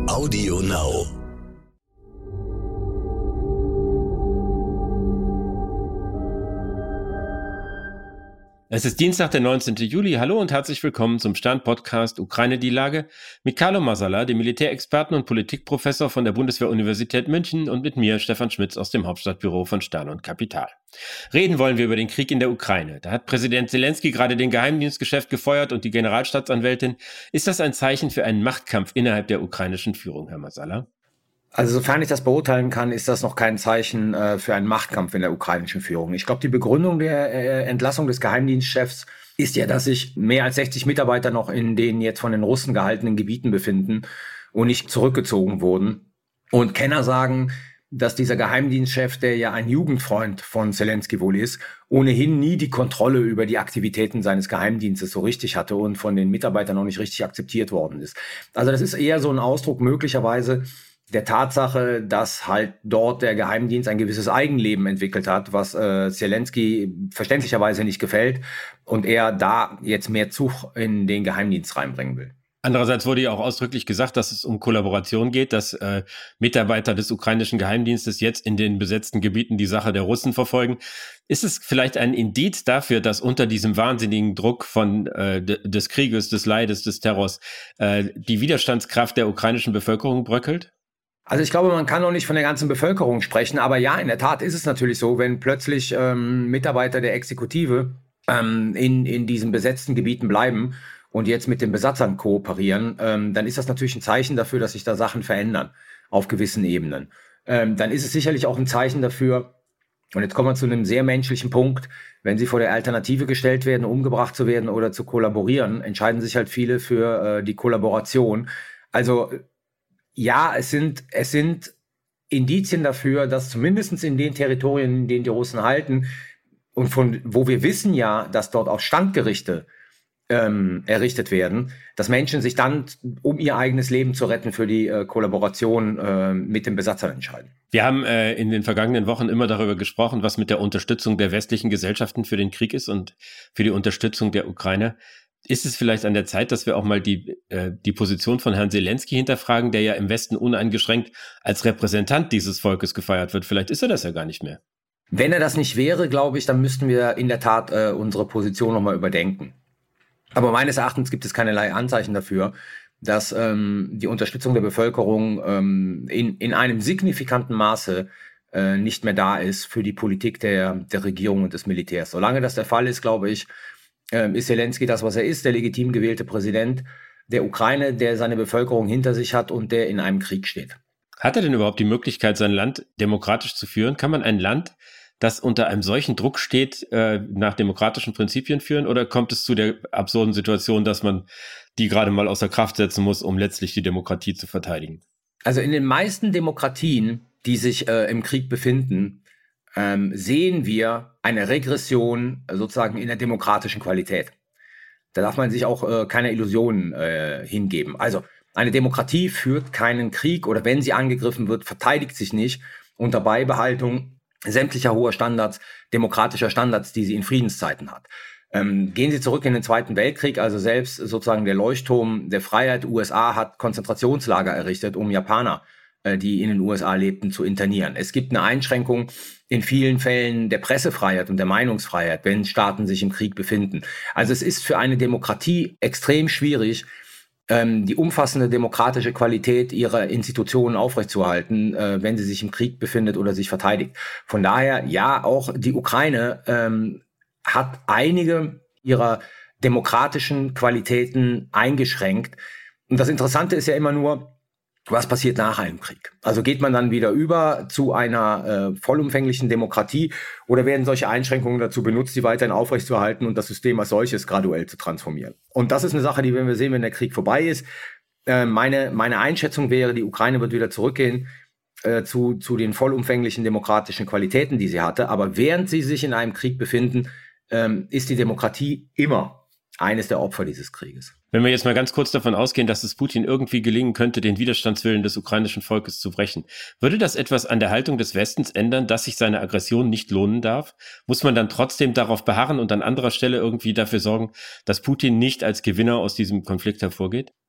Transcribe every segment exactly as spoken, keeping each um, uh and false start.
Audio Now. Es ist Dienstag, der neunzehnten Juli. Hallo und herzlich willkommen zum Stern-Podcast Ukraine die Lage mit Carlo Masala, dem Militärexperten und Politikprofessor von der Bundeswehr-Universität München, und mit mir, Stefan Schmitz, aus dem Hauptstadtbüro von Stern und Kapital. Reden wollen wir über den Krieg in der Ukraine. Da hat Präsident Zelensky gerade den Geheimdienstchef gefeuert und die Generalstaatsanwältin. Ist das ein Zeichen für einen Machtkampf innerhalb der ukrainischen Führung, Herr Masala? Also sofern ich das beurteilen kann, ist das noch kein Zeichen äh, für einen Machtkampf in der ukrainischen Führung. Ich glaube, die Begründung der äh, Entlassung des Geheimdienstchefs ist ja, dass sich mehr als sechzig Mitarbeiter noch in den jetzt von den Russen gehaltenen Gebieten befinden und nicht zurückgezogen wurden. Und Kenner sagen, dass dieser Geheimdienstchef, der ja ein Jugendfreund von Zelensky wohl ist, ohnehin nie die Kontrolle über die Aktivitäten seines Geheimdienstes so richtig hatte und von den Mitarbeitern noch nicht richtig akzeptiert worden ist. Also das ist eher so ein Ausdruck möglicherweise der Tatsache, dass halt dort der Geheimdienst ein gewisses Eigenleben entwickelt hat, was äh, Zelensky verständlicherweise nicht gefällt und er da jetzt mehr Zug in den Geheimdienst reinbringen will. Andererseits wurde ja auch ausdrücklich gesagt, dass es um Kollaboration geht, dass äh, Mitarbeiter des ukrainischen Geheimdienstes jetzt in den besetzten Gebieten die Sache der Russen verfolgen. Ist es vielleicht ein Indiz dafür, dass unter diesem wahnsinnigen Druck von äh, de, des Krieges, des Leides, des Terrors äh, die Widerstandskraft der ukrainischen Bevölkerung bröckelt? Also ich glaube, man kann noch nicht von der ganzen Bevölkerung sprechen, aber ja, in der Tat ist es natürlich so, wenn plötzlich ähm, Mitarbeiter der Exekutive ähm, in, in diesen besetzten Gebieten bleiben und jetzt mit den Besatzern kooperieren, ähm, dann ist das natürlich ein Zeichen dafür, dass sich da Sachen verändern auf gewissen Ebenen. Ähm, dann ist es sicherlich auch ein Zeichen dafür, und jetzt kommen wir zu einem sehr menschlichen Punkt, wenn sie vor der Alternative gestellt werden, umgebracht zu werden oder zu kollaborieren, entscheiden sich halt viele für äh, die Kollaboration. Also ja, es sind, es sind Indizien dafür, dass zumindest in den Territorien, in denen die Russen halten und von wo wir wissen ja, dass dort auch Standgerichte ähm, errichtet werden, dass Menschen sich dann, um ihr eigenes Leben zu retten, für die äh, Kollaboration äh, mit den Besatzern entscheiden. Wir haben äh, in den vergangenen Wochen immer darüber gesprochen, was mit der Unterstützung der westlichen Gesellschaften für den Krieg ist und für die Unterstützung der Ukraine. Ist es vielleicht an der Zeit, dass wir auch mal die, äh, die Position von Herrn Zelensky hinterfragen, der ja im Westen uneingeschränkt als Repräsentant dieses Volkes gefeiert wird? Vielleicht ist er das ja gar nicht mehr. Wenn er das nicht wäre, glaube ich, dann müssten wir in der Tat äh, unsere Position nochmal überdenken. Aber meines Erachtens gibt es keinerlei Anzeichen dafür, dass ähm, die Unterstützung der Bevölkerung ähm, in, in einem signifikanten Maße äh, nicht mehr da ist für die Politik der, der Regierung und des Militärs. Solange das der Fall ist, glaube ich, ist Zelensky das, was er ist, der legitim gewählte Präsident der Ukraine, der seine Bevölkerung hinter sich hat und der in einem Krieg steht. Hat er denn überhaupt die Möglichkeit, sein Land demokratisch zu führen? Kann man ein Land, das unter einem solchen Druck steht, nach demokratischen Prinzipien führen? Oder kommt es zu der absurden Situation, dass man die gerade mal außer Kraft setzen muss, um letztlich die Demokratie zu verteidigen? Also in den meisten Demokratien, die sich äh, im Krieg befinden, Ähm, sehen wir eine Regression sozusagen in der demokratischen Qualität. Da darf man sich auch äh, keine Illusionen äh, hingeben. Also eine Demokratie führt keinen Krieg oder wenn sie angegriffen wird, verteidigt sich nicht unter Beibehaltung sämtlicher hoher Standards, demokratischer Standards, die sie in Friedenszeiten hat. Ähm, gehen Sie zurück in den Zweiten Weltkrieg, also selbst sozusagen der Leuchtturm der Freiheit, U S A hat Konzentrationslager errichtet, um Japaner, die in den U S A lebten, zu internieren. Es gibt eine Einschränkung in vielen Fällen der Pressefreiheit und der Meinungsfreiheit, wenn Staaten sich im Krieg befinden. Also es ist für eine Demokratie extrem schwierig, ähm, die umfassende demokratische Qualität ihrer Institutionen aufrechtzuerhalten, äh, wenn sie sich im Krieg befindet oder sich verteidigt. Von daher, ja, auch die Ukraine ähm, hat einige ihrer demokratischen Qualitäten eingeschränkt. Und das Interessante ist ja immer nur, was passiert nach einem Krieg? Also geht man dann wieder über zu einer äh, vollumfänglichen Demokratie oder werden solche Einschränkungen dazu benutzt, die weiterhin aufrechtzuerhalten und das System als solches graduell zu transformieren? Und das ist eine Sache, die werden wir sehen, wenn der Krieg vorbei ist. Äh, meine, meine Einschätzung wäre, die Ukraine wird wieder zurückgehen äh, zu, zu den vollumfänglichen demokratischen Qualitäten, die sie hatte. Aber während sie sich in einem Krieg befinden, ähm, ist die Demokratie immer eines der Opfer dieses Krieges. Wenn wir jetzt mal ganz kurz davon ausgehen, dass es Putin irgendwie gelingen könnte, den Widerstandswillen des ukrainischen Volkes zu brechen, würde das etwas an der Haltung des Westens ändern, dass sich seine Aggression nicht lohnen darf? Muss man dann trotzdem darauf beharren und an anderer Stelle irgendwie dafür sorgen, dass Putin nicht als Gewinner aus diesem Konflikt hervorgeht?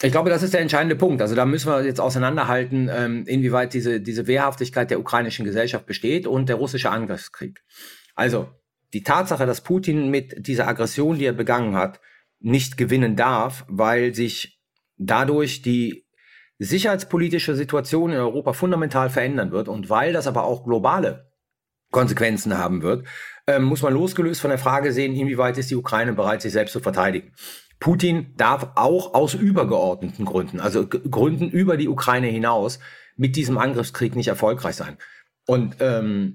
Ich glaube, das ist der entscheidende Punkt. Also da müssen wir jetzt auseinanderhalten, ähm, inwieweit diese, diese Wehrhaftigkeit der ukrainischen Gesellschaft besteht und der russische Angriffskrieg. Also die Tatsache, dass Putin mit dieser Aggression, die er begangen hat, nicht gewinnen darf, weil sich dadurch die sicherheitspolitische Situation in Europa fundamental verändern wird und weil das aber auch globale Konsequenzen haben wird, ähm, muss man losgelöst von der Frage sehen, inwieweit ist die Ukraine bereit, sich selbst zu verteidigen. Putin darf auch aus übergeordneten Gründen, also G- Gründen über die Ukraine hinaus, mit diesem Angriffskrieg nicht erfolgreich sein. Und ähm,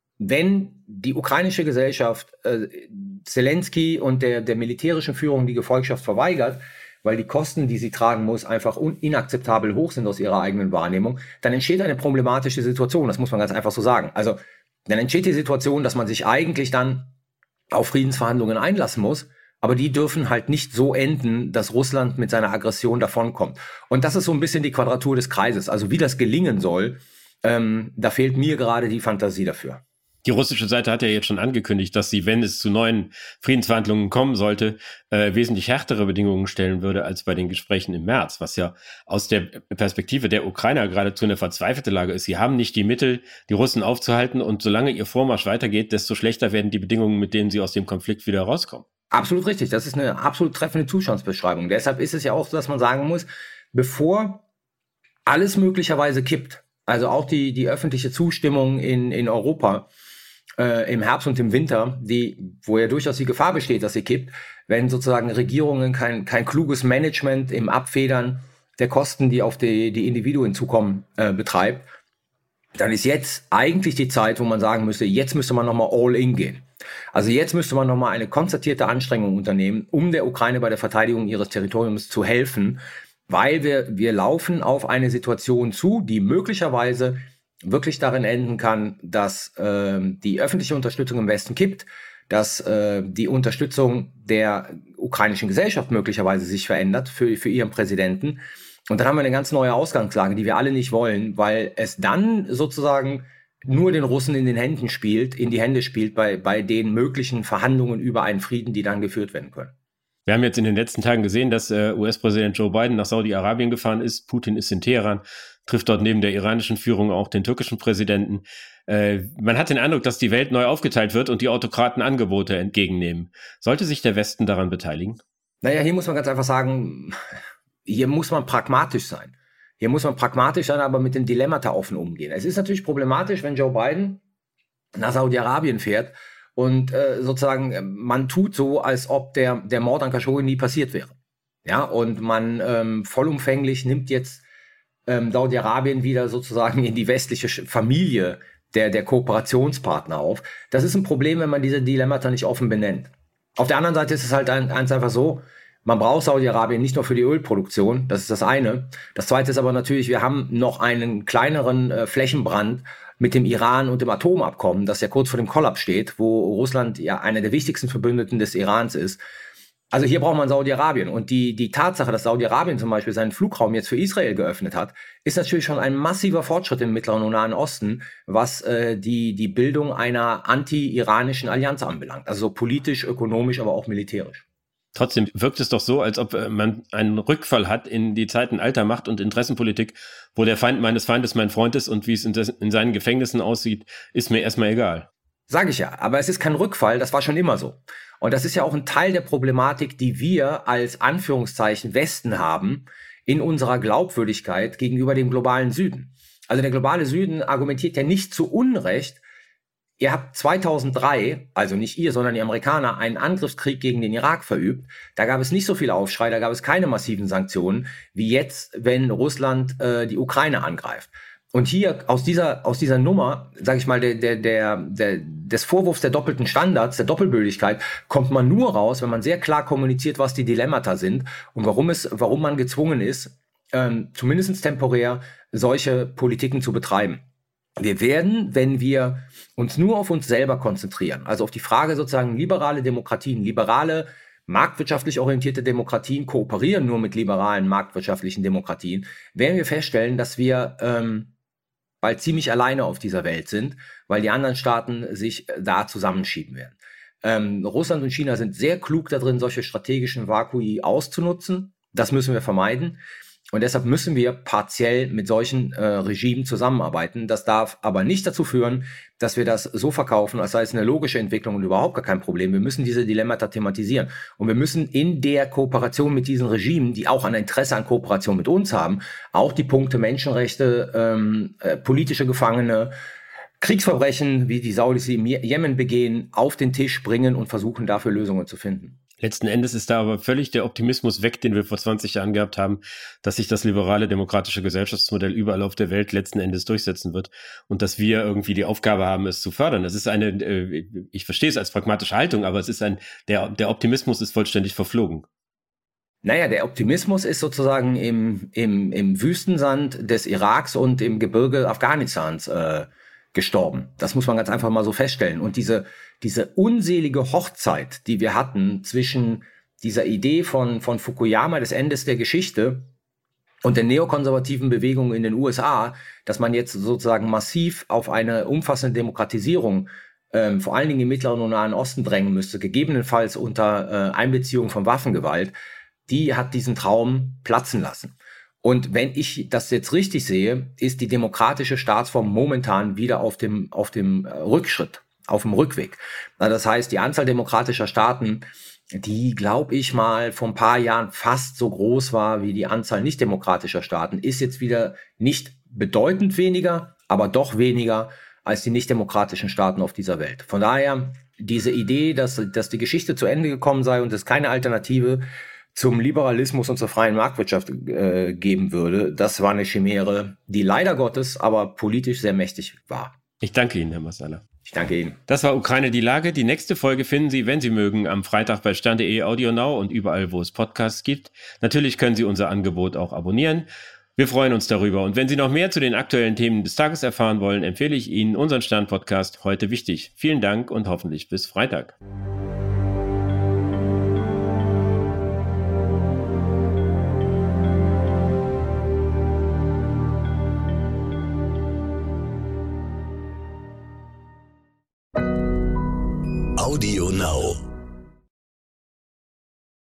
wenn die ukrainische Gesellschaft äh, Zelensky und der, der militärischen Führung die Gefolgschaft verweigert, weil die Kosten, die sie tragen muss, einfach un- inakzeptabel hoch sind aus ihrer eigenen Wahrnehmung, dann entsteht eine problematische Situation. Das muss man ganz einfach so sagen. Also dann entsteht die Situation, dass man sich eigentlich dann auf Friedensverhandlungen einlassen muss, aber die dürfen halt nicht so enden, dass Russland mit seiner Aggression davonkommt. Und das ist so ein bisschen die Quadratur des Kreises. Also wie das gelingen soll, ähm, da fehlt mir gerade die Fantasie dafür. Die russische Seite hat ja jetzt schon angekündigt, dass sie, wenn es zu neuen Friedensverhandlungen kommen sollte, äh, wesentlich härtere Bedingungen stellen würde als bei den Gesprächen im März, was ja aus der Perspektive der Ukrainer geradezu eine verzweifelte Lage ist. Sie haben nicht die Mittel, die Russen aufzuhalten, und solange ihr Vormarsch weitergeht, desto schlechter werden die Bedingungen, mit denen sie aus dem Konflikt wieder rauskommen. Absolut richtig. Das ist eine absolut treffende Zustandsbeschreibung. Deshalb ist es ja auch so, dass man sagen muss, bevor alles möglicherweise kippt, also auch die, die öffentliche Zustimmung in, in Europa, Äh, im Herbst und im Winter, die, wo ja durchaus die Gefahr besteht, dass sie kippt, wenn sozusagen Regierungen kein, kein kluges Management im Abfedern der Kosten, die auf die, die Individuen zukommen, äh, betreibt, dann ist jetzt eigentlich die Zeit, wo man sagen müsste, jetzt müsste man nochmal all in gehen. Also jetzt müsste man nochmal eine konzertierte Anstrengung unternehmen, um der Ukraine bei der Verteidigung ihres Territoriums zu helfen, weil wir, wir laufen auf eine Situation zu, die möglicherweise wirklich darin enden kann, dass äh, die öffentliche Unterstützung im Westen kippt, dass äh, die Unterstützung der ukrainischen Gesellschaft möglicherweise sich verändert für, für ihren Präsidenten. Und dann haben wir eine ganz neue Ausgangslage, die wir alle nicht wollen, weil es dann sozusagen nur den Russen in den Händen spielt, in die Hände spielt bei, bei den möglichen Verhandlungen über einen Frieden, die dann geführt werden können. Wir haben jetzt in den letzten Tagen gesehen, dass äh, U S-Präsident Joe Biden nach Saudi-Arabien gefahren ist. Putin ist in Teheran, trifft dort neben der iranischen Führung auch den türkischen Präsidenten. Äh, man hat den Eindruck, dass die Welt neu aufgeteilt wird und die Autokraten Angebote entgegennehmen. Sollte sich der Westen daran beteiligen? Naja, hier muss man ganz einfach sagen, hier muss man pragmatisch sein. Hier muss man pragmatisch sein, aber mit den Dilemmata offen umgehen. Es ist natürlich problematisch, wenn Joe Biden nach Saudi-Arabien fährt und äh, sozusagen man tut so, als ob der, der Mord an Khashoggi nie passiert wäre. Ja, und man ähm, vollumfänglich nimmt jetzt ähm, Saudi-Arabien wieder sozusagen in die westliche Familie der, der Kooperationspartner auf. Das ist ein Problem, wenn man diese Dilemmata nicht offen benennt. Auf der anderen Seite ist es halt ein, eins einfach so, man braucht Saudi-Arabien nicht nur für die Ölproduktion, das ist das eine. Das zweite ist aber natürlich, wir haben noch einen kleineren äh, Flächenbrand mit dem Iran und dem Atomabkommen, das ja kurz vor dem Kollaps steht, wo Russland ja einer der wichtigsten Verbündeten des Irans ist. Also hier braucht man Saudi-Arabien. Und die, die Tatsache, dass Saudi-Arabien zum Beispiel seinen Flugraum jetzt für Israel geöffnet hat, ist natürlich schon ein massiver Fortschritt im Mittleren und Nahen Osten, was äh, die, die Bildung einer anti-iranischen Allianz anbelangt. Also so politisch, ökonomisch, aber auch militärisch. Trotzdem wirkt es doch so, als ob man einen Rückfall hat in die Zeiten alter Macht- und Interessenpolitik, wo der Feind meines Feindes mein Freund ist, und wie es in, des, in seinen Gefängnissen aussieht, ist mir erstmal egal. Sage ich ja, aber es ist kein Rückfall, das war schon immer so. Und das ist ja auch ein Teil der Problematik, die wir als Anführungszeichen Westen haben in unserer Glaubwürdigkeit gegenüber dem globalen Süden. Also der globale Süden argumentiert ja nicht zu Unrecht, ihr habt zweitausenddrei, also nicht ihr, sondern die Amerikaner, einen Angriffskrieg gegen den Irak verübt. Da gab es nicht so viel Aufschrei, da gab es keine massiven Sanktionen, wie jetzt, wenn Russland äh, die Ukraine angreift. Und hier aus dieser aus dieser Nummer, sage ich mal, der der der der des Vorwurfs der doppelten Standards, der Doppelbödigkeit, kommt man nur raus, wenn man sehr klar kommuniziert, was die Dilemmata sind und warum es warum man gezwungen ist, ähm, zumindest temporär solche Politiken zu betreiben. Wir werden, wenn wir uns nur auf uns selber konzentrieren, also auf die Frage sozusagen liberale Demokratien, liberale marktwirtschaftlich orientierte Demokratien kooperieren nur mit liberalen marktwirtschaftlichen Demokratien, werden wir feststellen, dass wir ähm, bald ziemlich alleine auf dieser Welt sind, weil die anderen Staaten sich da zusammenschieben werden. Ähm, Russland und China sind sehr klug darin, solche strategischen Vakui auszunutzen. Das müssen wir vermeiden. Und deshalb müssen wir partiell mit solchen äh, Regimen zusammenarbeiten. Das darf aber nicht dazu führen, dass wir das so verkaufen, als sei es eine logische Entwicklung und überhaupt gar kein Problem. Wir müssen diese Dilemmata thematisieren. Und wir müssen in der Kooperation mit diesen Regimen, die auch ein Interesse an Kooperation mit uns haben, auch die Punkte Menschenrechte, ähm, äh, politische Gefangene, Kriegsverbrechen, wie die Saudis sie im Jemen begehen, auf den Tisch bringen und versuchen, dafür Lösungen zu finden. Letzten Endes ist da aber völlig der Optimismus weg, den wir vor zwanzig Jahren gehabt haben, dass sich das liberale demokratische Gesellschaftsmodell überall auf der Welt letzten Endes durchsetzen wird und dass wir irgendwie die Aufgabe haben, es zu fördern. Das ist eine, äh, ich verstehe es als pragmatische Haltung, aber es ist ein, der, der Optimismus ist vollständig verflogen. Naja, der Optimismus ist sozusagen im, im, im Wüstensand des Iraks und im Gebirge Afghanistans äh, gestorben. Das muss man ganz einfach mal so feststellen. Und diese, diese unselige Hochzeit, die wir hatten zwischen dieser Idee von, von Fukuyama des Endes der Geschichte und der neokonservativen Bewegung in den U S A, dass man jetzt sozusagen massiv auf eine umfassende Demokratisierung ähm, vor allen Dingen im Mittleren und Nahen Osten drängen müsste, gegebenenfalls unter äh, Einbeziehung von Waffengewalt, die hat diesen Traum platzen lassen. Und wenn ich das jetzt richtig sehe, ist die demokratische Staatsform momentan wieder auf dem, auf dem Rückschritt, auf dem Rückweg. Das heißt, die Anzahl demokratischer Staaten, die, glaube ich mal, vor ein paar Jahren fast so groß war wie die Anzahl nicht demokratischer Staaten, ist jetzt wieder nicht bedeutend weniger, aber doch weniger als die nicht demokratischen Staaten auf dieser Welt. Von daher, diese Idee, dass, dass die Geschichte zu Ende gekommen sei und es keine Alternative zum Liberalismus und zur freien Marktwirtschaft äh, geben würde, das war eine Chimäre, die leider Gottes aber politisch sehr mächtig war. Ich danke Ihnen, Herr Massala. Ich danke Ihnen. Das war Ukraine die Lage. Die nächste Folge finden Sie, wenn Sie mögen, am Freitag bei stern punkt de, AudioNow und überall, wo es Podcasts gibt. Natürlich können Sie unser Angebot auch abonnieren. Wir freuen uns darüber. Und wenn Sie noch mehr zu den aktuellen Themen des Tages erfahren wollen, empfehle ich Ihnen unseren Stern-Podcast Heute wichtig. Vielen Dank und hoffentlich bis Freitag. AudioNow.